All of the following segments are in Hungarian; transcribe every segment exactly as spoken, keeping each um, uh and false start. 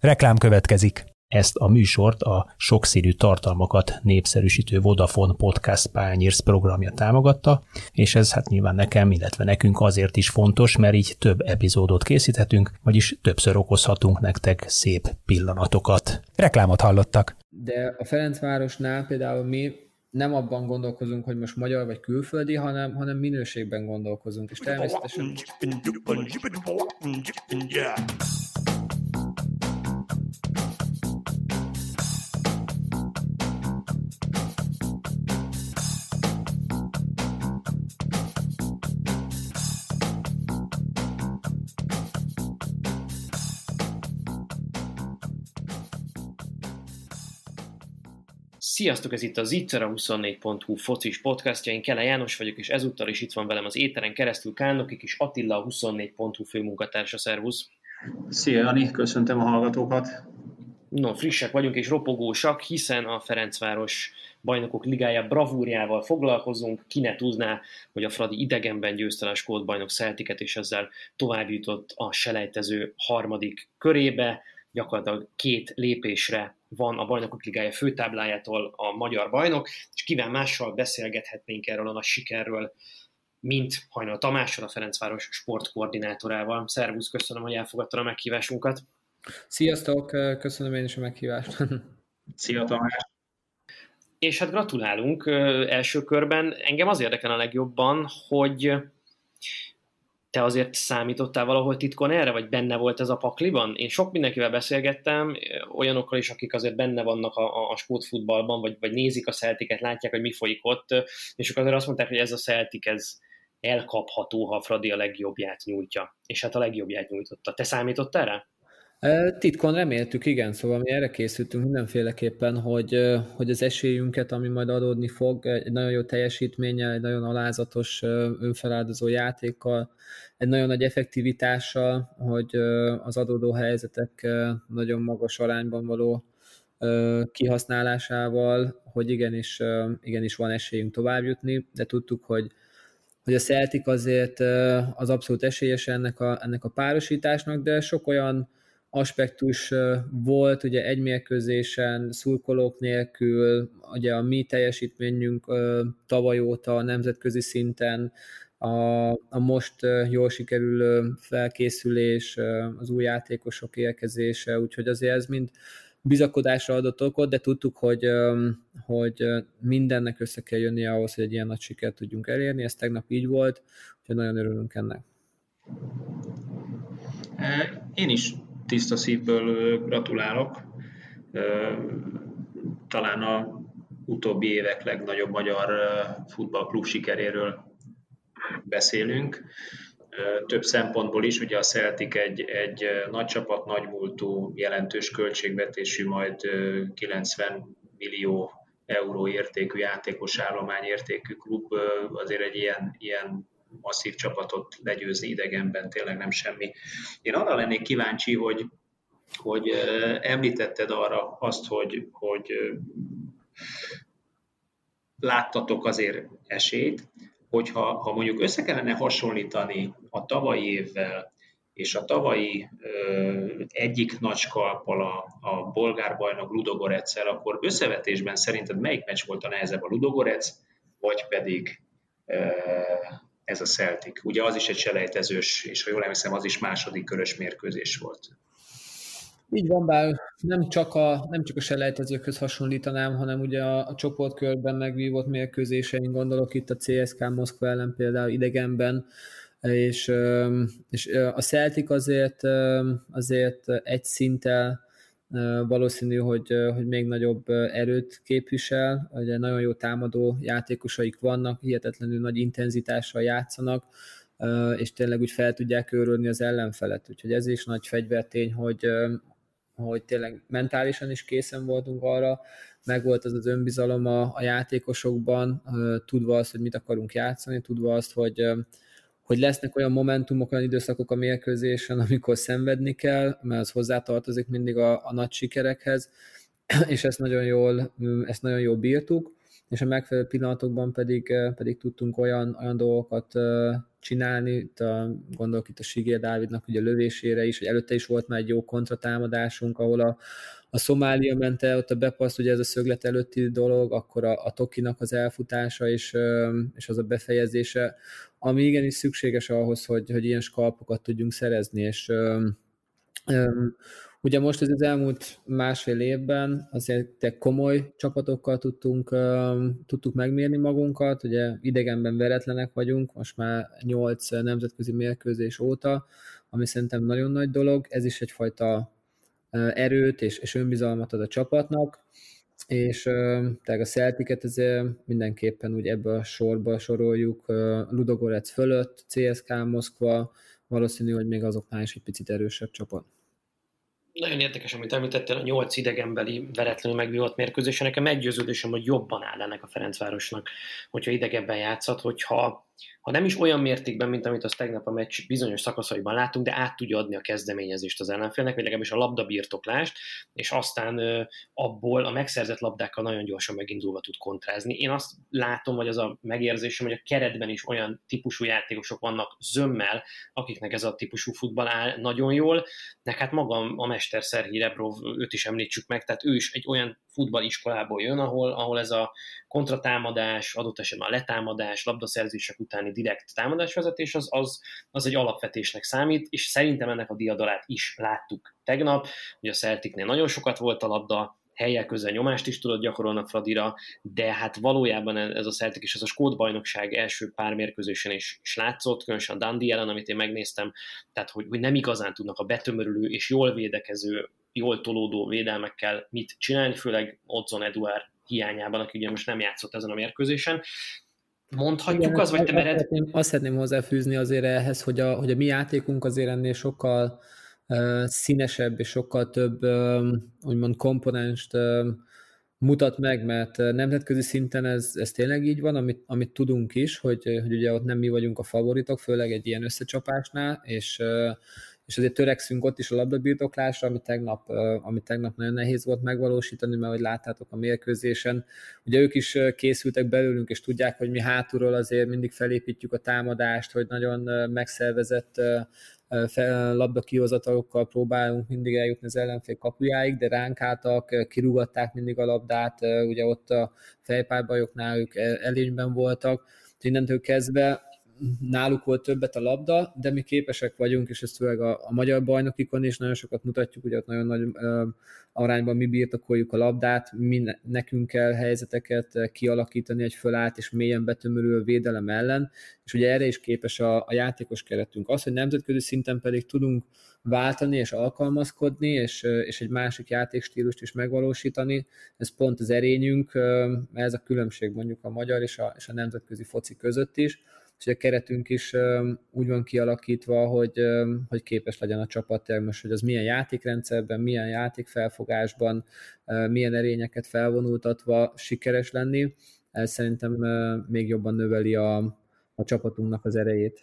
Reklám következik. Ezt a műsort a sokszínű tartalmakat népszerűsítő Vodafone Podcast Pioneers programja támogatta, és ez hát nyilván nekem, illetve nekünk azért is fontos, mert így több epizódot készíthetünk, vagyis többször okozhatunk nektek szép pillanatokat. Reklámot hallottak. De a Ferencvárosnál például mi nem abban gondolkozunk, hogy most magyar vagy külföldi, hanem, hanem minőségben gondolkozunk, és természetesen... Sziasztok, ez itt az Ittszer, a huszonnégy pont hu focis podcastja, én Kele János vagyok, és ezúttal is itt van velem az éteren keresztül Kálnoki Kis Attila, a huszonnégy pont hu főmunkatársa, szervusz! Szia Jani, köszöntöm a hallgatókat! No, frissek vagyunk és ropogósak, hiszen a Ferencváros Bajnokok Ligája bravúrjával foglalkozunk. Ki ne tudná, hogy a Fradi idegenben győzte a skót bajnok Celticet, és ezzel tovább jutott a selejtező harmadik körébe. Gyakorlatilag két lépésre van a Bajnokok Ligája főtáblájától a magyar bajnok, és kivel mással beszélgethetnénk erről a nagy sikerről, mint Hajnal Tamással, a Ferencváros sportkoordinátorával. Szervusz, köszönöm, hogy elfogadtad a meghívásunkat. Sziasztok, köszönöm én is a meghívást. Szia Tamás! És hát gratulálunk első körben. Engem az érdekel a legjobban, hogy te azért számítottál valahol titkon erre, vagy benne volt ez a pakliban? Én sok mindenkivel beszélgettem, olyanokkal is, akik azért benne vannak a, a skót futballban, vagy, vagy nézik a Celticet, látják, hogy mi folyik ott, és ők azért azt mondták, hogy ez a Celtic, ez elkapható, ha a Fradi a legjobbját nyújtja. És hát a legjobbját nyújtotta. Te számítottál rá? Titkon reméltük, igen, szóval mi erre készültünk mindenféleképpen, hogy, hogy az esélyünket, ami majd adódni fog, egy nagyon jó teljesítménnyel, egy nagyon alázatos, önfeláldozó játékkal, egy nagyon nagy effektivitással, hogy az adódó helyzetek nagyon magas arányban való kihasználásával, hogy igenis, igenis van esélyünk továbbjutni, de tudtuk, hogy hogy a Celtic azért az abszolút esélyes ennek a, ennek a párosításnak, de sok olyan aspektus volt, ugye egy mérkőzésen, szurkolók nélkül, ugye a mi teljesítményünk tavaly óta a nemzetközi szinten, a, a most jól sikerülő felkészülés, az új játékosok érkezése, úgyhogy azért ez mind bizakodásra adott okot, de tudtuk, hogy, hogy mindennek össze kell jönnie ahhoz, hogy egy ilyen nagy sikert tudjunk elérni, ez tegnap így volt, úgyhogy nagyon örülünk ennek. Én is tiszta szívből gratulálok. Talán a utóbbi évek legnagyobb magyar futballklub sikeréről beszélünk. Több szempontból is, ugye a Celtic egy, egy nagy csapat, nagy múltú, jelentős költségvetésű, majd kilencven millió euró értékű játékos állomány értékű klub, azért egy ilyen, ilyen masszív csapatot legyőzni idegenben tényleg nem semmi. Én arra lennék kíváncsi, hogy, hogy említetted arra azt, hogy, hogy láttatok azért esélyt, hogyha ha mondjuk össze kellene hasonlítani a tavalyi évvel és a tavalyi ö, egyik nagy skalppal a, a bolgár bajnok Ludogoretszel, akkor összevetésben szerinted melyik meccs volt a nehezebb, a Ludogorec, vagy pedig ö, ez a Celtic? Ugye az is egy selejtezős, és ha jól emlékszem, az is második körös mérkőzés volt. Így van, bár nem csak a, nem csak a selejtezőkhöz hasonlítanám, hanem ugye a, a csoportkörben megvívott mérkőzéseink, gondolok itt a cé es ká Moszkva ellen például idegenben, és, és a Celtic azért, azért egy szinttel valószínű, hogy, hogy még nagyobb erőt képvisel, ugye nagyon jó támadó játékosaik vannak, hihetetlenül nagy intenzitással játszanak, és tényleg úgy fel tudják őrölni az ellenfelet, úgyhogy ez is nagy fegyvertény, hogy, hogy tényleg mentálisan is készen voltunk arra, megvolt az az önbizalom a, a játékosokban, tudva azt, hogy mit akarunk játszani, tudva azt, hogy, hogy lesznek olyan momentumok, olyan időszakok a mérkőzésen, amikor szenvedni kell, mert az hozzátartozik mindig a, a nagy sikerekhez, és ezt nagyon jól, ezt nagyon jól bírtuk. és a megfelelő pillanatokban pedig, pedig tudtunk olyan, olyan dolgokat csinálni, itt a, gondolok itt a Sigér Dávidnak ugye a lövésére is, hogy előtte is volt már egy jó kontratámadásunk, ahol a, a Szomália mente ott a bepaszt, ugye ez a szöglet előtti dolog, akkor a, a Tokinak az elfutása és, és az a befejezése, ami igenis szükséges ahhoz, hogy, hogy ilyen skalpokat tudjunk szerezni, és Um, ugye most ez az elmúlt másfél évben azért komoly csapatokkal tudtunk, um, tudtuk megmérni magunkat, ugye idegenben veretlenek vagyunk, most már nyolc nemzetközi mérkőzés óta, ami szerintem nagyon nagy dolog, ez is egyfajta uh, erőt és, és önbizalmat ad a csapatnak, és uh, tehát a Celticet azért mindenképpen úgy ebbe a sorba soroljuk, uh, Ludogorec fölött, cé es ká Moszkva, valószínű, hogy még azoknál is egy picit erősebb csapat. Nagyon érdekes, amit említettél, a nyolc idegenbeli veretlenül megvívott mérkőzésen. Nekem meggyőződésem, hogy jobban áll ennek a Ferencvárosnak, hogyha idegenben játszhat, hogyha ha nem is olyan mértékben, mint amit azt tegnap a meccs bizonyos szakaszaiban láttunk, de át tudja adni a kezdeményezést az ellenfélnek, vagy legalábbis a labdabirtoklást, és aztán abból a megszerzett labdákkal nagyon gyorsan megindulva tud kontrázni. Én azt látom, vagy az a megérzésem, hogy a keretben is olyan típusú játékosok vannak zömmel, akiknek ez a típusú futball áll nagyon jól, de hát magam a mester Szerhij Rebrov, őt is említsük meg, tehát ő is egy olyan futballiskolából jön, ahol, ahol ez a kontratámadás, adott esetben a letámadás, labdaszerzések utáni direkt támadásvezetés, az, az, az egy alapvetésnek számít, és szerintem ennek a diadalát is láttuk tegnap, hogy a Celticnél nagyon sokat volt a labda, helyek közel nyomást is tudott gyakorolni a Fradira, de hát valójában ez a Celtic és ez a skót bajnokság első pár mérkőzésen is, is látszott, különösen a Dundee ellen, amit én megnéztem, tehát hogy, hogy nem igazán tudnak a betömörülő és jól védekező, jól tolódó védelmekkel mit csinálni, főleg Odzon Eduard hiányában, aki ugye most nem játszott ezen a mérkőzésen. Mondhatjuk igen, az, vagy te azt mered? Szeretném, azt szeretném hozzáfűzni azért ehhez, hogy a, hogy a mi játékunk azért ennél sokkal uh, színesebb és sokkal több um, úgymond komponenst um, mutat meg, mert nemzetközi szinten ez, ez tényleg így van, amit, amit tudunk is, hogy, hogy ugye ott nem mi vagyunk a favoritok, főleg egy ilyen összecsapásnál, és uh, és azért törekszünk ott is a labdabirtoklásra, ami tegnap, ami tegnap nagyon nehéz volt megvalósítani, mert ahogy láttátok a mérkőzésen, ugye ők is készültek belőlünk, és tudják, hogy mi hátulról azért mindig felépítjük a támadást, hogy nagyon megszervezett labdakihozatalokkal próbálunk mindig eljutni az ellenfél kapujáig, de ránk álltak, kirúgatták mindig a labdát, ugye ott a fejpárbajoknál ők előnyben voltak, innentől kezdve náluk volt többet a labda, de mi képesek vagyunk, és ezt főleg a, a magyar bajnokikon is nagyon sokat mutatjuk, hogy ott nagyon nagy ö, arányban mi birtokoljuk a labdát, mi ne, nekünk kell helyzeteket kialakítani egy fölállt és mélyen betömörülő védelem ellen, és ugye erre is képes a, a játékos keretünk. Az, hogy nemzetközi szinten pedig tudunk váltani és alkalmazkodni, és, és egy másik játékstílust is megvalósítani, ez pont az erényünk, ez a különbség mondjuk a magyar és a, és a nemzetközi foci között is, és a keretünk is úgy van kialakítva, hogy, hogy képes legyen a csapat, most, hogy az milyen játékrendszerben, milyen játékfelfogásban, milyen erényeket felvonultatva sikeres lenni, ez szerintem még jobban növeli a, a csapatunknak az erejét.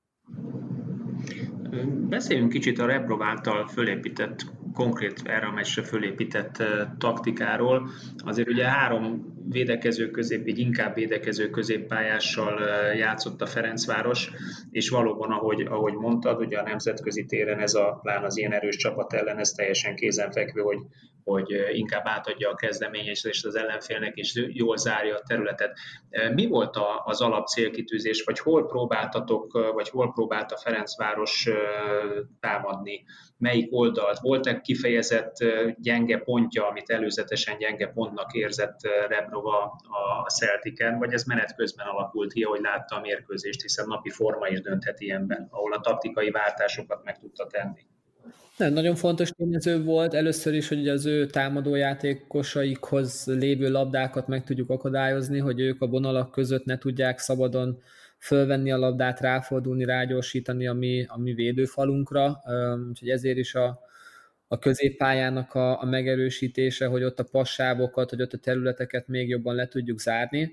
Beszéljünk kicsit a Rebrov által fölépített, konkrét erre a meccsre fölépített taktikáról. Azért ugye három védekező közép, így inkább védekező középpályással játszott a Ferencváros, és valóban, ahogy, ahogy mondtad, ugye a nemzetközi téren ez a plán az ilyen erős csapat ellen, ez teljesen kézenfekvő, hogy, hogy inkább átadja a kezdeményezést az ellenfélnek, és jól zárja a területet. Mi volt az alap célkitűzés, vagy hol próbáltatok, vagy hol próbált a Ferencváros támadni? Melyik oldalt? Volt-e kifejezett gyenge pontja, amit előzetesen gyenge pontnak érzett Rebrov a Celticen, vagy ez menet közben alakult ki, ahogy látta a mérkőzést, hiszen napi forma is dönthet ilyenben, ahol a taktikai váltásokat meg tudta tenni? Nem, nagyon fontos tényező volt először is, hogy az ő támadójátékosaikhoz lévő labdákat meg tudjuk akadályozni, hogy ők a vonalak között ne tudják szabadon fölvenni a labdát, ráfordulni, rágyorsítani a mi, a mi védőfalunkra, úgyhogy ezért is a, a középpályának a, a megerősítése, hogy ott a passávokat, hogy ott a területeket még jobban le tudjuk zárni,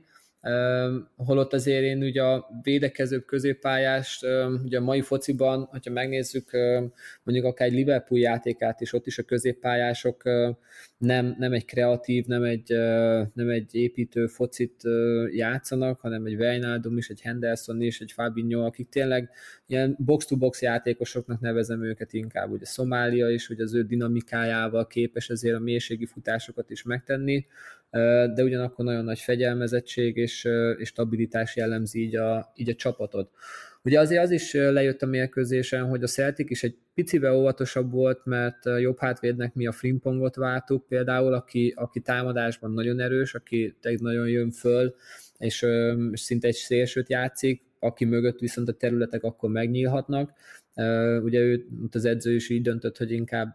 holott azért én ugye a védekező középpályást, ugye a mai fociban, hogyha megnézzük mondjuk akár egy Liverpool játékát is, ott is a középpályások nem, nem egy kreatív, nem egy, nem egy építő focit játszanak, hanem egy Wijnaldum is, egy Henderson is, egy Fabinho, akik tényleg ilyen box-to-box játékosoknak nevezem őket inkább. Ugye Szomália is, ugye az ő dinamikájával képes ezért a mélységi futásokat is megtenni, de ugyanakkor nagyon nagy fegyelmezettség és, és stabilitás jellemzi így a, így a csapatot. Ugye azért az is lejött a mérkőzésen, hogy a Celtic is egy picivel óvatosabb volt, mert jobb hátvédnek mi a Frimpongot váltuk például, aki, aki támadásban nagyon erős, aki nagyon jön föl, és, és szinte egy szélsőt játszik, aki mögött viszont a területek akkor megnyílhatnak. Ugye ő, az edző is így döntött, hogy inkább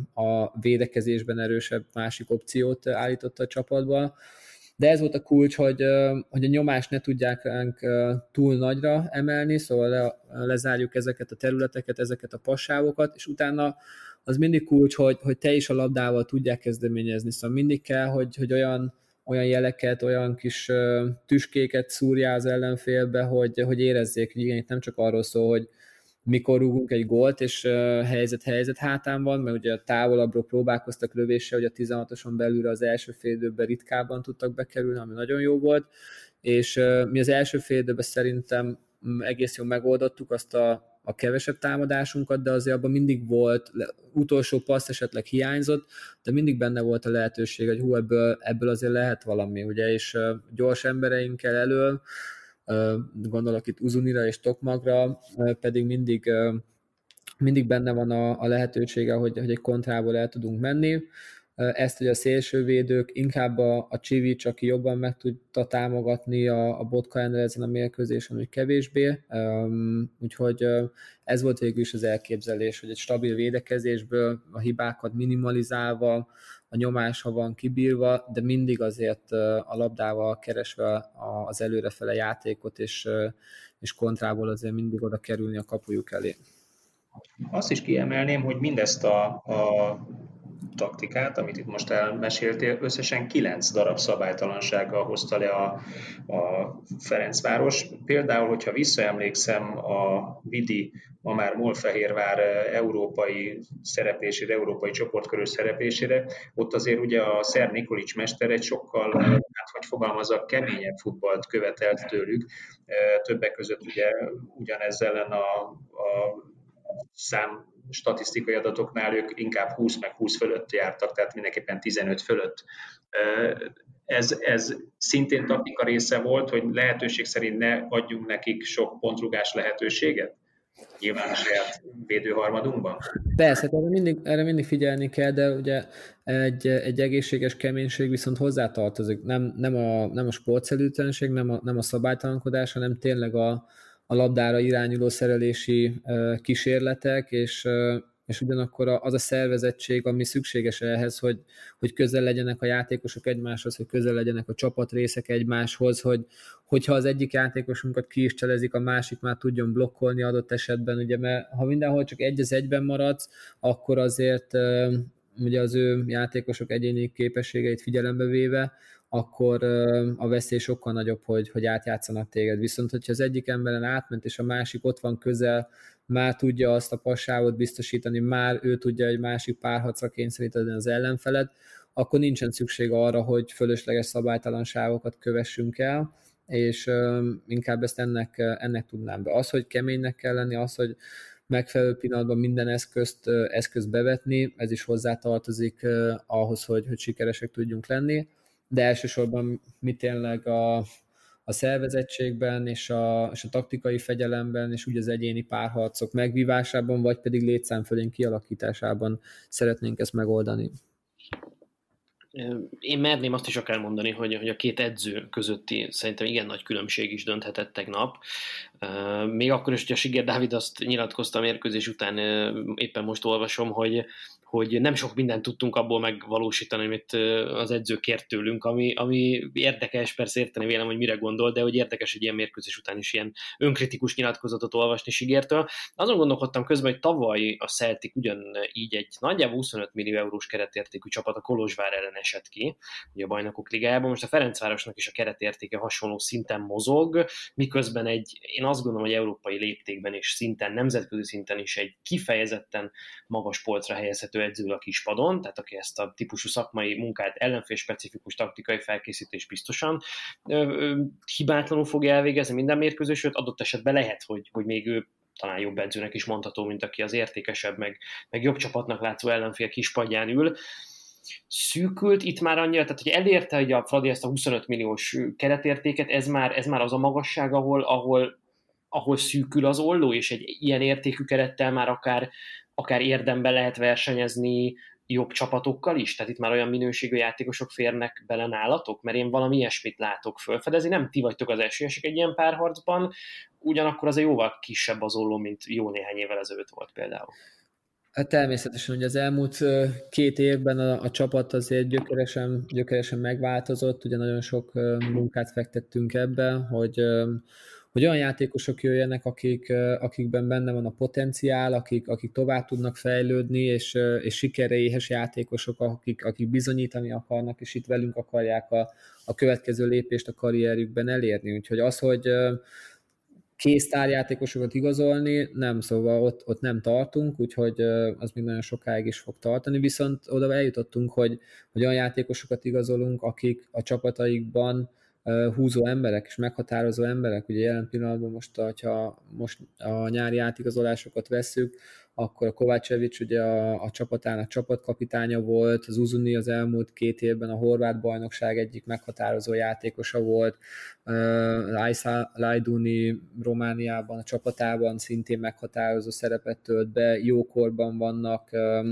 a védekezésben erősebb másik opciót állította a csapatba. De ez volt a kulcs, hogy, hogy a nyomást ne tudják túl nagyra emelni, szóval le, lezárjuk ezeket a területeket, ezeket a passávokat, és utána az mindig kulcs, hogy, hogy te is a labdával tudják kezdeményezni. Szóval mindig kell, hogy, hogy olyan, olyan jeleket, olyan kis tüskéket szúrjál az ellenfélbe, hogy, hogy érezzék, hogy igen, itt nem csak arról szól, hogy mikor rúgunk egy gólt, és helyzet-helyzet hátán van, mert ugye távolabbról próbálkoztak lövéssel, hogy a tizenhatoson belülre az első fél időben ritkábban tudtak bekerülni, ami nagyon jó volt, és mi az első fél időben szerintem egész jól megoldottuk azt a, a kevesebb támadásunkat, de azért abban mindig volt, utolsó passz esetleg hiányzott, de mindig benne volt a lehetőség, hogy hú, ebből, ebből azért lehet valami, ugye, és gyors embereinkkel elől, gondolok itt Uzunira és Tokmagra, pedig mindig, mindig benne van a, a lehetősége, hogy, hogy egy kontrából el tudunk menni. Ezt ugye a szélsővédők, inkább a, a Csivics, aki jobban meg tudta támogatni a, a Botka Endre ezen a mérkőzésen, hogy kevésbé. Úgyhogy ez volt végül is az elképzelés, hogy egy stabil védekezésből a hibákat minimalizálva, a nyomás, ha van kibírva, de mindig azért a labdával keresve az előrefele játékot, és, és kontrából azért mindig oda kerülni a kapujuk elé. Azt is kiemelném, hogy mindezt a, a taktikát, amit itt most elmeséltél, összesen kilenc darab szabálytalansággal hozta le a, a Ferencváros. Például, hogyha visszaemlékszem a Vidi, ma már Molfehérvár európai szereplésére, európai csoportkörös szereplésére, ott azért ugye a Szer Nikolics mester egy sokkal, hát hogy fogalmazok, keményebb futballt követelt tőlük. Többek között ugye ugyanezzel ellen a, a szám statisztikai adatoknál ők inkább húsz meg húsz fölött jártak, tehát mindenképpen tizenöt fölött. Ez, ez szintén taktika része volt, hogy lehetőség szerint ne adjunk nekik sok pontrugás lehetőséget? Nyilván a saját védőharmadunkban? Persze, erre mindig, erre mindig figyelni kell, de ugye egy, egy egészséges keménység viszont hozzátartozik. Nem, nem a, nem a sportszerűtlenség, nem a, nem a szabálytalankodás, hanem tényleg a, a labdára irányuló szerelési kísérletek, és, és ugyanakkor az a szervezettség, ami szükséges ehhez, hogy, hogy közel legyenek a játékosok egymáshoz, hogy közel legyenek a csapatrészek egymáshoz, hogy, hogyha az egyik játékosunkat ki is cselezik, a másik már tudjon blokkolni adott esetben, ugye, mert ha mindenhol csak egy az egyben maradsz, akkor azért ugye az ő játékosok egyéni képességeit figyelembe véve, akkor a veszély sokkal nagyobb, hogy, hogy átjátszanak téged. Viszont, hogyha az egyik emberen átment, és a másik ott van közel, már tudja azt a passávot biztosítani, már ő tudja egy másik párharcra kényszeríteni az ellenfelet, akkor nincsen szükség arra, hogy fölösleges szabálytalanságokat kövessünk el, és inkább ezt ennek, ennek tudnám be. Az, hogy keménynek kell lenni, az, hogy megfelelő pillanatban minden eszközt, eszközt bevetni, ez is hozzátartozik ahhoz, hogy, hogy sikeresek tudjunk lenni, de elsősorban mi tényleg a, a szervezettségben és a, és a taktikai fegyelemben, és úgy az egyéni párharcok megvívásában, vagy pedig létszámfölény kialakításában szeretnénk ezt megoldani. Én merném azt is akár mondani, hogy, hogy a két edző közötti szerintem igen nagy különbség is dönthetett tegnap. Még akkor is, hogy a Siger Dávid azt nyilatkozta a mérkőzés után, éppen most olvasom, hogy, hogy nem sok mindent tudtunk abból megvalósítani, amit az edző kért tőlünk, ami, ami érdekes, persze érteni vélem, hogy mire gondol, de hogy érdekes egy ilyen mérkőzés után is ilyen önkritikus nyilatkozatot olvasni Sigertől. Azon gondolkodtam közben, hogy tavaly a Celtic ugyanígy egy nagyjából huszonöt millió eurós keretértékű csapat a Kolozsvár ellen esett ki, ugye a Bajnokok Ligájában. Most a Ferencvárosnak is a keretértéke hasonló szinten mozog, miközben egy, én azt gondolom, hogy európai léptékben és szinten, nemzetközi szinten is egy kifejezetten magas polcra helyezhető edző a kispadon, tehát aki ezt a típusú szakmai munkát, ellenfél-specifikus taktikai felkészítés biztosan ö, ö, hibátlanul fogja elvégezni minden mérkőzés, sőt adott esetben lehet, hogy, hogy még ő talán jobb edzőnek is mondható, mint aki az értékesebb, meg, meg jobb csapatnak látszó ellenfél kispadján ül. Szűkült itt már annyira, tehát hogy elérte hogy a Fradi ezt a huszonöt milliós keretértéket, ez már, ez már az a magasság, ahol, ahol, ahol szűkül az olló, és egy ilyen értékű kerettel már akár, akár érdemben lehet versenyezni jobb csapatokkal is? Tehát itt már olyan minőségű játékosok férnek bele nálatok? Mert én valami ilyesmit látok fölfedezni. Nem ti vagytok az esélyesek egy ilyen párharcban, ugyanakkor az a jóval kisebb az olló, mint jó néhány évvel ezelőtt volt például. Hát természetesen, hogy az elmúlt két évben a, a csapat azért gyökeresen, gyökeresen megváltozott, ugye nagyon sok munkát fektettünk ebbe, hogy, hogy olyan játékosok jöjjenek, akik, akikben benne van a potenciál, akik, akik tovább tudnak fejlődni, és, és sikerre éhes játékosok, akik, akik bizonyítani akarnak, és itt velünk akarják a, a következő lépést a karrierjükben elérni. Úgyhogy az, hogy kész sztárjátékosokat igazolni, nem, szóval ott, ott nem tartunk, úgyhogy az még nagyon sokáig is fog tartani, viszont oda eljutottunk, hogy, hogy olyan játékosokat igazolunk, akik a csapataikban húzó emberek és meghatározó emberek. Ugye jelen pillanatban most, ha most a nyári átigazolásokat vesszük, akkor a Kovácsevics ugye a, a csapatának csapatkapitánya volt, az Uzuni az elmúlt két évben a horvát bajnokság egyik meghatározó játékosa volt, Lajsa Lajduni Romániában a csapatában szintén meghatározó szerepet tölt be, jókorban vannak,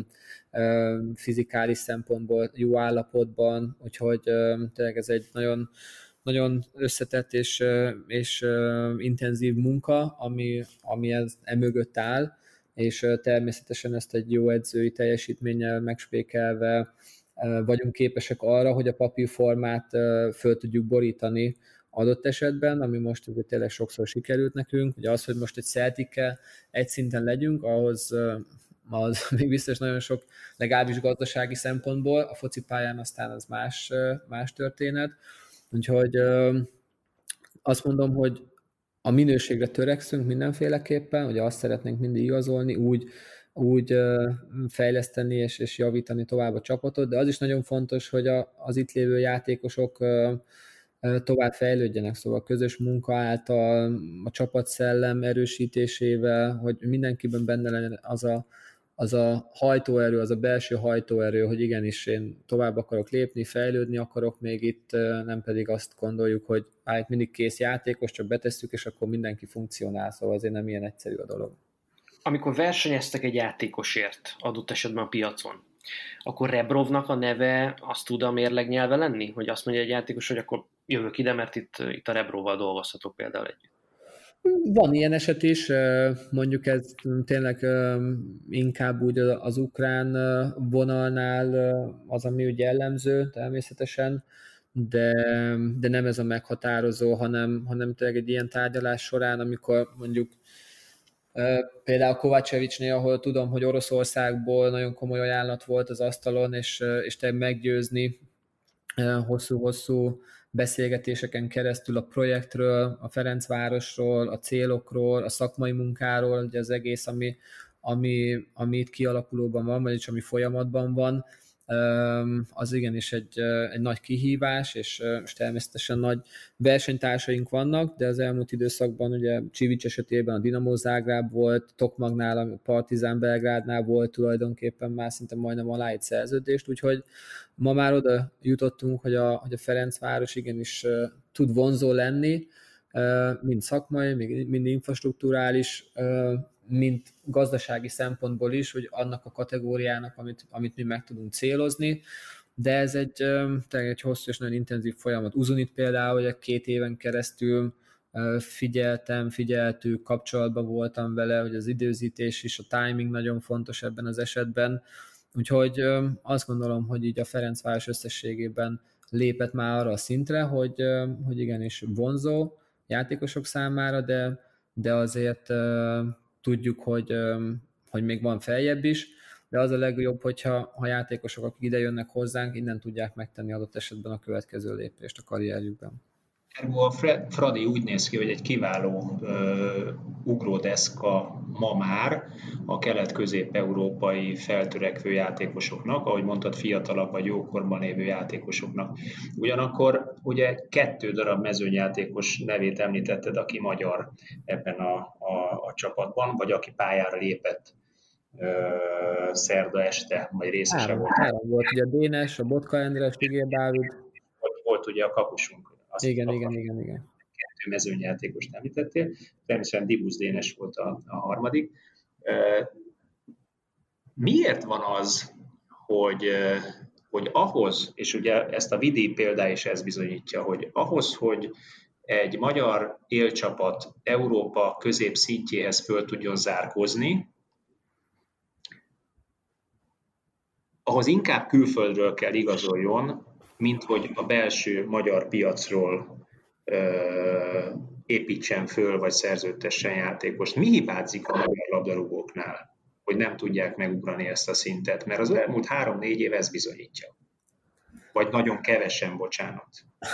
fizikális szempontból jó állapotban, úgyhogy tényleg ez egy nagyon nagyon összetett és, és intenzív munka, ami, ami ez emögött áll, és természetesen ezt egy jó edzői teljesítménnyel megspékelve vagyunk képesek arra, hogy a papírformát föl tudjuk borítani adott esetben, ami most ugye tényleg sokszor sikerült nekünk. Ugye az, hogy most egy Celtic-kel egy szinten legyünk, ahhoz az még biztos nagyon sok, legalábbis gazdasági szempontból, a focipályán aztán az más, más történet. Úgyhogy azt mondom, hogy a minőségre törekszünk mindenféleképpen, ugye azt szeretnénk mindig igazolni, úgy, úgy fejleszteni és, és javítani tovább a csapatot, de az is nagyon fontos, hogy a, az itt lévő játékosok tovább fejlődjenek, szóval a közös munka által, a csapatszellem erősítésével, hogy mindenkiben benne legyen az a az a hajtóerő, az a belső hajtóerő, hogy igenis én tovább akarok lépni, fejlődni akarok, még itt nem pedig azt gondoljuk, hogy hát mindig kész játékos, csak betesszük, és akkor mindenki funkcionál, szóval azért nem ilyen egyszerű a dolog. Amikor versenyeztek egy játékosért, adott esetben a piacon, akkor Rebrovnak a neve azt tud a mérleg nyelve lenni? Hogy azt mondja egy játékos, hogy akkor jövök ide, mert itt, itt a Rebrovval dolgozhatok például együtt. Van ilyen eset is, mondjuk ez tényleg inkább úgy az ukrán vonalnál az, ami úgy jellemző természetesen, de, de nem ez a meghatározó, hanem, hanem tényleg egy ilyen tárgyalás során, amikor mondjuk például Kovácsevicsnél, ahol tudom, hogy Oroszországból nagyon komoly ajánlat volt az asztalon, és, és tényleg meggyőzni hosszú-hosszú beszélgetéseken keresztül a projektről, a Ferencvárosról, a célokról, a szakmai munkáról, ugye az egész, ami, ami, ami itt kialakulóban van, vagyis ami folyamatban van, az igenis egy, egy nagy kihívás, és, és természetesen nagy versenytársaink vannak, de az elmúlt időszakban ugye Csivics esetében a Dinamo Zágráb volt, Tokmagnál, a Partizán Belgrádnál volt tulajdonképpen már szinte majdnem aláírt szerződést, úgyhogy ma már oda jutottunk, hogy a, hogy a Ferencváros igenis tud vonzó lenni, mind szakmai, mind infrastrukturális, mint gazdasági szempontból is, hogy annak a kategóriának, amit, amit mi meg tudunk célozni, de ez egy, egy hosszú és nagyon intenzív folyamat. Uzunit például, hogy két éven keresztül figyeltem, figyeltük, kapcsolatban voltam vele, hogy az időzítés is, a timing nagyon fontos ebben az esetben. Úgyhogy azt gondolom, hogy így a Ferencváros összességében lépett már arra a szintre, hogy, hogy igenis vonzó játékosok számára, de, de azért tudjuk, hogy, hogy még van feljebb is, de az a legjobb, hogyha ha játékosok, akik ide jönnek hozzánk, innen tudják megtenni adott esetben a következő lépést a karrierjükben. Ergo a Fradi úgy néz ki, hogy egy kiváló uh, ugródeszka ma már a kelet-közép-európai feltörekvő játékosoknak, ahogy mondtad, fiatalabb vagy jókorban lévő játékosoknak. Ugyanakkor ugye kettő darab mezőnyjátékos nevét említetted, aki magyar ebben a, a, a csapatban, vagy aki pályára lépett uh, szerda este, vagy részese Három, volt. Három volt, ugye a Dénes, a Botka Endre, a Sigér Dávid. Volt, volt ugye a kapusunk. Azt igen, igen, igen, igen. Kettő mezőnyjátékost említettél, természetesen Dibusz Dénes volt a, a harmadik. Miért van az, hogy, hogy ahhoz, és ugye ezt a Vidi példája is ez bizonyítja, hogy ahhoz, hogy egy magyar élcsapat Európa középszintjéhez föl tudjon zárkózni, ahhoz inkább külföldről kell igazoljon, mint hogy a belső magyar piacról ö, építsen föl, vagy szerződtessen játékost. Mi hibázik a magyar labdarúgóknál, hogy nem tudják megugrani ezt a szintet? Mert az elmúlt három-négy év ez bizonyítja. Vagy nagyon kevesen, bocsánat.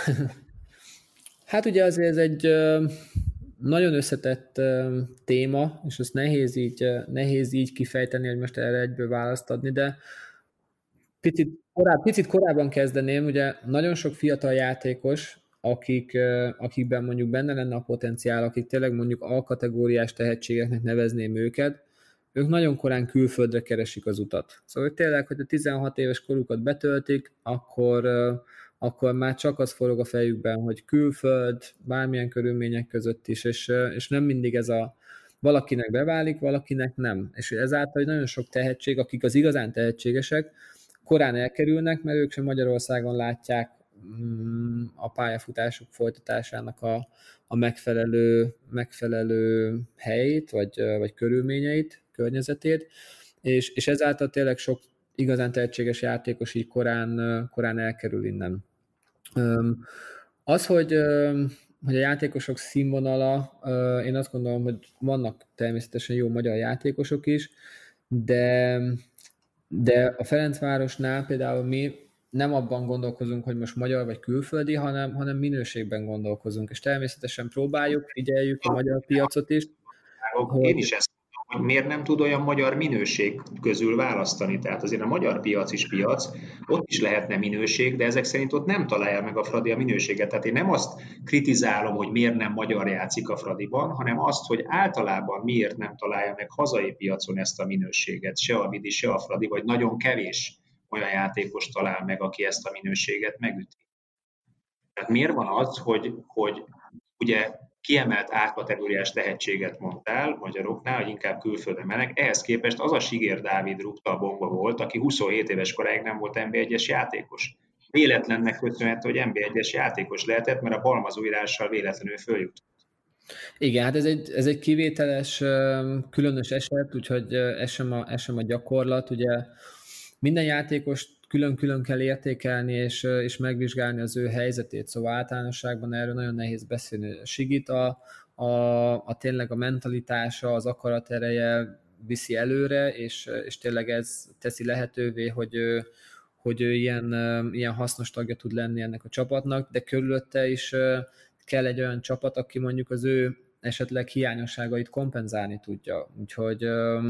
Hát ugye azért ez egy nagyon összetett téma, és ezt nehéz így, nehéz így kifejteni, hogy most erre egyből választ adni, de Picit, koráb, picit korábban kezdeném, ugye nagyon sok fiatal játékos, akik, akikben mondjuk benne lenne a potenciál, akik tényleg mondjuk A-kategóriás tehetségeknek nevezném őket, ők nagyon korán külföldre keresik az utat. Szóval hogy tényleg, hogy a tizenhat éves korukat betöltik, akkor, akkor már csak az forog a fejükben, hogy külföld, bármilyen körülmények között is, és, és nem mindig ez a valakinek beválik, valakinek nem. És ezáltal nagyon sok tehetség, akik az igazán tehetségesek, korán elkerülnek, mert ők sem Magyarországon látják a pályafutásuk folytatásának a, a megfelelő, megfelelő helyét, vagy, vagy körülményeit, környezetét, és, és ezáltal tényleg sok igazán tehetséges játékos így korán, korán elkerül innen. Az, hogy, hogy a játékosok színvonala, én azt gondolom, hogy vannak természetesen jó magyar játékosok is, de De a Ferencvárosnál például mi nem abban gondolkozunk, hogy most magyar vagy külföldi, hanem, hanem minőségben gondolkozunk, és természetesen próbáljuk, figyeljük a magyar piacot is. Én is ezt mondom, hogy miért nem tud olyan magyar minőség közül választani. Tehát azért a magyar piac is piac, ott is lehetne minőség, de ezek szerint ott nem találja meg a Fradi a minőséget. Tehát én nem azt kritizálom, hogy miért nem magyar játszik a Fradiban, hanem azt, hogy általában miért nem találja meg hazai piacon ezt a minőséget. Se a Vidi, se a Fradi, vagy nagyon kevés olyan játékos talál meg, aki ezt a minőséget megüti. Tehát miért van az, hogy, hogy ugye kiemelt A-kategóriás tehetséget mondtál magyaroknál, hogy inkább külföldre mennek, ehhez képest az a Sigér Dávid rúgta a bomba volt, aki huszonhét éves koráig nem volt en bé egyes játékos. Véletlennek köszönhető, hogy en bé egyes játékos lehetett, mert a balmazúírással véletlenül följutott. Igen, hát ez egy, ez egy kivételes, különös eset, úgyhogy ez sem a, ez sem a gyakorlat. Ugye minden játékost külön-külön kell értékelni, és, és megvizsgálni az ő helyzetét, szóval általánosságban erről nagyon nehéz beszélni. Sigit a, a, a tényleg a mentalitása, az akaratereje viszi előre, és, és tényleg ez teszi lehetővé, hogy ő, hogy ő ilyen, ilyen hasznos tagja tud lenni ennek a csapatnak, de körülötte is kell egy olyan csapat, aki mondjuk az ő esetleg hiányosságait kompenzálni tudja. Úgyhogy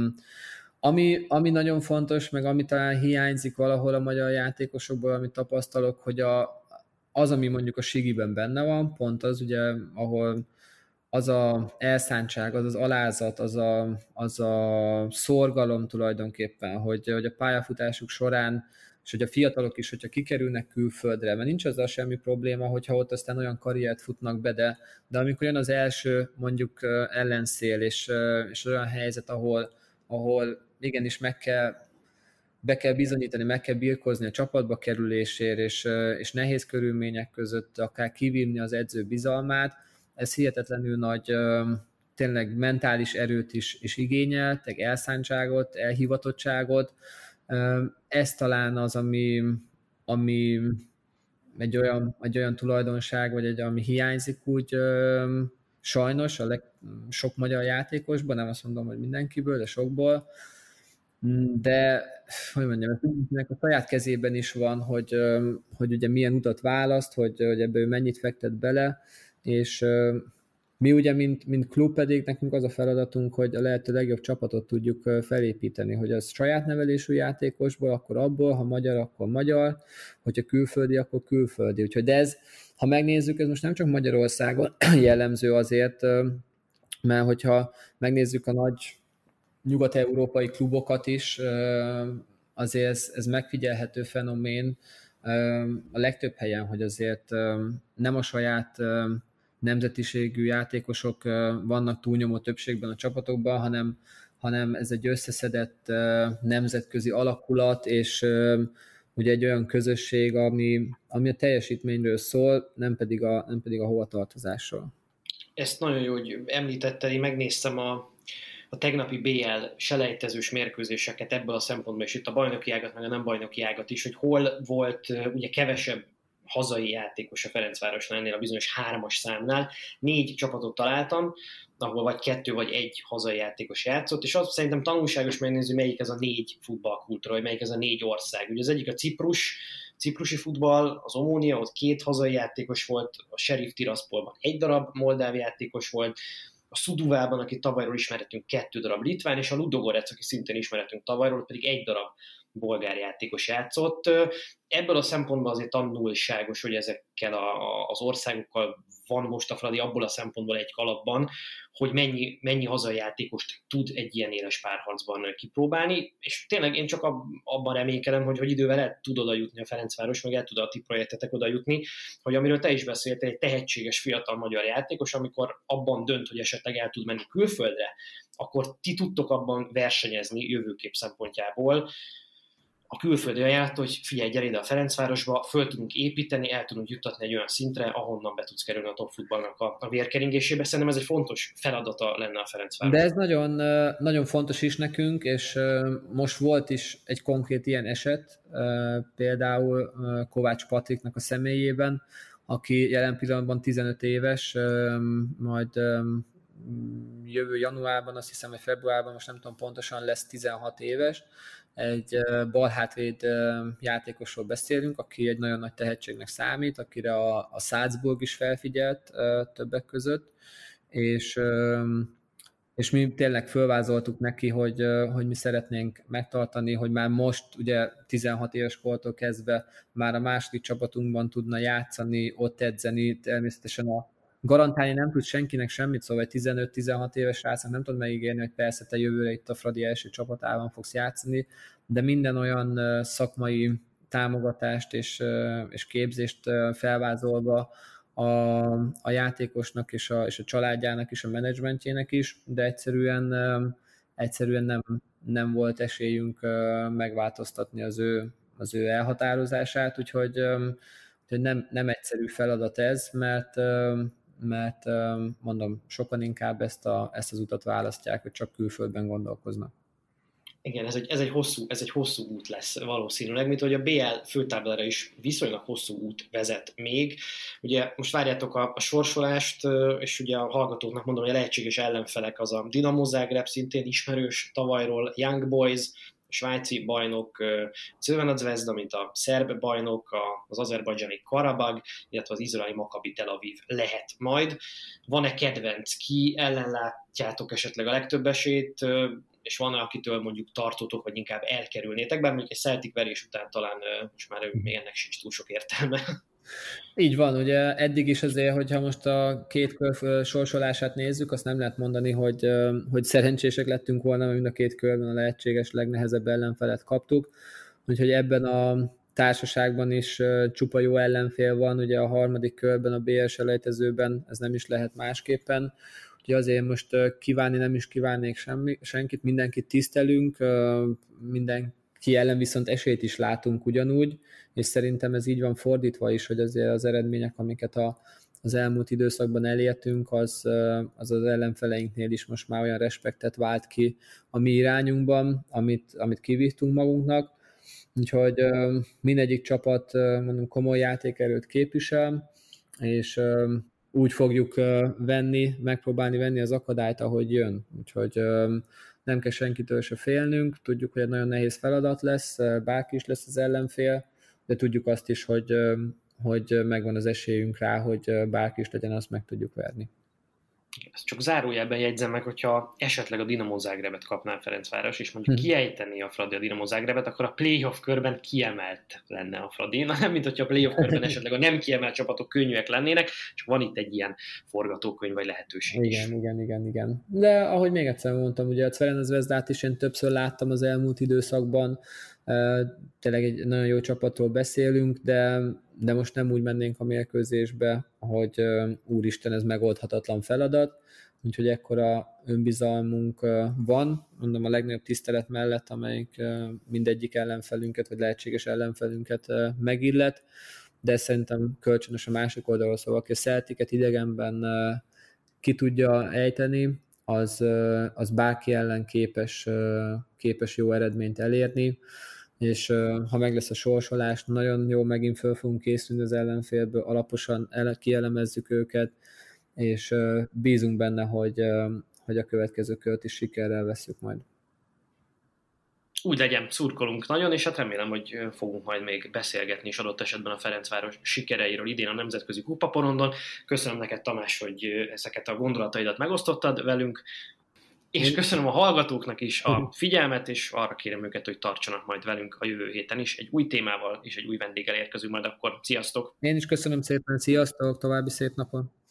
Ami, ami nagyon fontos, meg ami talán hiányzik valahol a magyar játékosokból, amit tapasztalok, hogy a, az, ami mondjuk a Sigiben benne van, pont az ugye, ahol az a elszántság, az az alázat, az a, az a szorgalom tulajdonképpen, hogy, hogy a pályafutásuk során, és hogy a fiatalok is, hogyha kikerülnek külföldre, mert nincs azzal semmi probléma, hogyha ott aztán olyan karriert futnak be, de, de amikor jön az első mondjuk ellenszél, és, és olyan helyzet, ahol, ahol igenis meg kell, be kell bizonyítani, meg kell birkózni a csapatba kerülésért, és, és nehéz körülmények között akár kivívni az edző bizalmát, ez hihetetlenül nagy tényleg mentális erőt is, is igényelt, meg elszántságot, elhivatottságot. Ez talán az, ami, ami egy olyan, egy olyan tulajdonság, vagy egy, ami hiányzik úgy sajnos a leg, sok magyar játékosban, nem azt mondom, hogy mindenkiből, de sokból, de hogy mondjam, ez a saját kezében is van, hogy, hogy ugye milyen utat választ, hogy, hogy ebből mennyit fektet bele, és mi ugye, mint, mint klub pedig nekünk az a feladatunk, hogy a lehető legjobb csapatot tudjuk felépíteni, hogy az saját nevelésű játékosból, akkor abból, ha magyar, akkor magyar, hogyha külföldi, akkor külföldi. Úgyhogy de ez, ha megnézzük, ez most nem csak Magyarországon jellemző azért, mert hogyha megnézzük a nagy nyugat-európai klubokat is, azért ez, ez megfigyelhető fenomén a legtöbb helyen, hogy azért nem a saját nemzetiségű játékosok vannak túlnyomó többségben a csapatokban, hanem, hanem ez egy összeszedett nemzetközi alakulat, és ugye egy olyan közösség, ami, ami a teljesítményről szól, nem pedig a, nem pedig a hovatartozásról. Ezt nagyon jó, hogy említetted, én megnéztem a, a tegnapi bé el selejtezős mérkőzéseket ebből a szempontból, és itt a bajnoki ágat, meg a nem bajnoki ágat is, hogy hol volt ugye kevesebb hazai játékos a Ferencvárosnál ennél a bizonyos hármas számnál. Négy csapatot találtam, ahol vagy kettő, vagy egy hazai játékos játszott, és azt szerintem tanulságos megnézni, melyik ez a négy futballkultúra, vagy melyik ez a négy ország. Ugye az egyik a Ciprus, ciprusi futball, az Omónia, ott két hazai játékos volt, a Sheriff Tiraspolban egy darab moldáv játékos volt, a Szuduvában, akit tavalyról ismerhetünk, kettő darab litván, és a Ludogorec, aki szintén ismerhetünk tavalyról, pedig egy darab bolgár játékos játszott. Ebből a szempontból azért tanulságos, hogy ezekkel a, a, az országokkal van most a Fradi abból a szempontból egy kalapban, hogy mennyi, mennyi hazai játékost tud egy ilyen éles párharcban kipróbálni, és tényleg én csak ab, abban reménykedem, hogy, hogy idővel el tud oda jutni a Ferencváros, meg el tud a ti projektetek oda jutni, hogy amiről te is beszéltél, egy tehetséges fiatal magyar játékos, amikor abban dönt, hogy esetleg el tud menni külföldre, akkor ti tudtok abban versenyezni jövőkép szempontjából, a külföldi ajánlott, hogy figyelj, gyere ide a Ferencvárosba, föl tudunk építeni, el tudunk juttatni egy olyan szintre, ahonnan be tudsz kerülni a top futballnak a, a vérkeringésébe. Szerintem ez egy fontos feladata lenne a Ferencváros. De ez nagyon, nagyon fontos is nekünk, és most volt is egy konkrét ilyen eset, például Kovács Patriknak a személyében, aki jelen pillanatban tizenöt éves, majd jövő januárban, azt hiszem, hogy februárban, most nem tudom pontosan, lesz tizenhat éves, egy balhátvéd játékosról beszélünk, aki egy nagyon nagy tehetségnek számít, akire a, a Salzburg is felfigyelt többek között, és, és mi tényleg fölvázoltuk neki, hogy, hogy mi szeretnénk megtartani, hogy már most ugye tizenhat éves kortól kezdve már a második csapatunkban tudna játszani, ott edzeni, természetesen a garantálni nem tud senkinek semmit, szóval egy tizenöt-tizenhat éves rácnak nem tud megígérni, hogy persze te jövőre itt a Fradi első csapatában fogsz játszani, de minden olyan szakmai támogatást és, és képzést felvázolva a, a játékosnak és a, és a családjának és a menedzsmentjének is, de egyszerűen, egyszerűen nem, nem volt esélyünk megváltoztatni az ő, az ő elhatározását, úgyhogy, úgyhogy nem, nem egyszerű feladat ez, mert mert mondom, sokan inkább ezt, a, ezt az utat választják, hogy csak külföldben gondolkoznak. Igen, ez egy, ez egy hosszú, ez egy hosszú út lesz valószínűleg, mint hogy a bé el főtáblára is viszonylag hosszú út vezet még. Ugye most várjátok a, a sorsolást, és ugye a hallgatóknak mondom, hogy a lehetséges ellenfelek az a Dinamo Zagreb, szintén ismerős tavalyról, Young Boys, svájci bajnok Crvena Zvezda, mint a szerb bajnok, az azerbajdzsáni Karabag, illetve az izraeli Maccabi Tel Aviv lehet majd. Van-e kedvenc, ki ellen látjátok esetleg a legtöbb esélyt, és van-e, akitől mondjuk tartotok, vagy inkább elkerülnétek, bár mondjuk egy Celtic verés után talán most már még ennek sincs túl sok értelme. Így van, ugye eddig is azért, hogyha most a két kör sorsolását nézzük, azt nem lehet mondani, hogy, hogy szerencsések lettünk volna, mert mind a két körben a lehetséges legnehezebb ellenfelet kaptuk. Úgyhogy ebben a társaságban is csupa jó ellenfél van, ugye a harmadik körben, a bé el selejtezőben ez nem is lehet másképpen. Úgyhogy azért most kívánni nem is kívánnék semmi, senkit, mindenkit tisztelünk, minden ki ellen viszont esélyt is látunk ugyanúgy, és szerintem ez így van fordítva is, hogy azért az eredmények, amiket a, az elmúlt időszakban elértünk, az az, az ellenfeleinknél is most már olyan respektet vált ki a mi irányunkban, amit, amit kivívtunk magunknak. Úgyhogy mindegyik csapat mondom, komoly játékerőt képvisel, és úgy fogjuk venni, megpróbálni venni az akadályt, ahogy jön. Úgyhogy nem kell senkitől se félnünk, tudjuk, hogy egy nagyon nehéz feladat lesz, bárki is lesz az ellenfél, de tudjuk azt is, hogy, hogy megvan az esélyünk rá, hogy bárki is legyen, azt meg tudjuk verni. Ezt csak zárójelben jegyzem meg, hogyha esetleg a Dinamo Zágrebet kapná Ferencváros, és mondjuk hmm. kiejtené a Fradi a Dinamo Zágrebet, akkor a playoff körben kiemelt lenne a Fradi. Na nem, mint hogyha a playoff körben esetleg a nem kiemelt csapatok könnyűek lennének, csak van itt egy ilyen forgatókönyv vagy lehetőség igen, is. Igen, igen, igen. De ahogy még egyszer mondtam, ugye a Crvena-Zvezdát is én többször láttam az elmúlt időszakban, tényleg egy nagyon jó csapatról beszélünk, de, de most nem úgy mennénk a mérkőzésbe, hogy úristen, ez megoldhatatlan feladat, úgyhogy ekkora önbizalmunk van, mondom a legnagyobb tisztelet mellett, amelyik mindegyik ellenfelünket, vagy lehetséges ellenfelünket megillet, de szerintem kölcsönös a másik oldalról, szóval aki a Celticet idegenben ki tudja ejteni, az, az bárki ellen képes, képes jó eredményt elérni, és ha meg lesz a sorsolás, nagyon jó, megint föl fogunk készülni az ellenfélből, alaposan el, kielemezzük őket, és bízunk benne, hogy, hogy a következő kört is sikerrel veszük majd. Úgy legyen, szurkolunk nagyon, és hát remélem, hogy fogunk majd még beszélgetni is adott esetben a Ferencváros sikereiről idén a nemzetközi kupaporondon. Köszönöm neked, Tamás, hogy ezeket a gondolataidat megosztottad velünk, és köszönöm a hallgatóknak is a figyelmet, és arra kérem őket, hogy tartsanak majd velünk a jövő héten is. Egy új témával és egy új vendéggel érkezünk majd akkor. Sziasztok! Én is köszönöm szépen, sziasztok, további szép napon!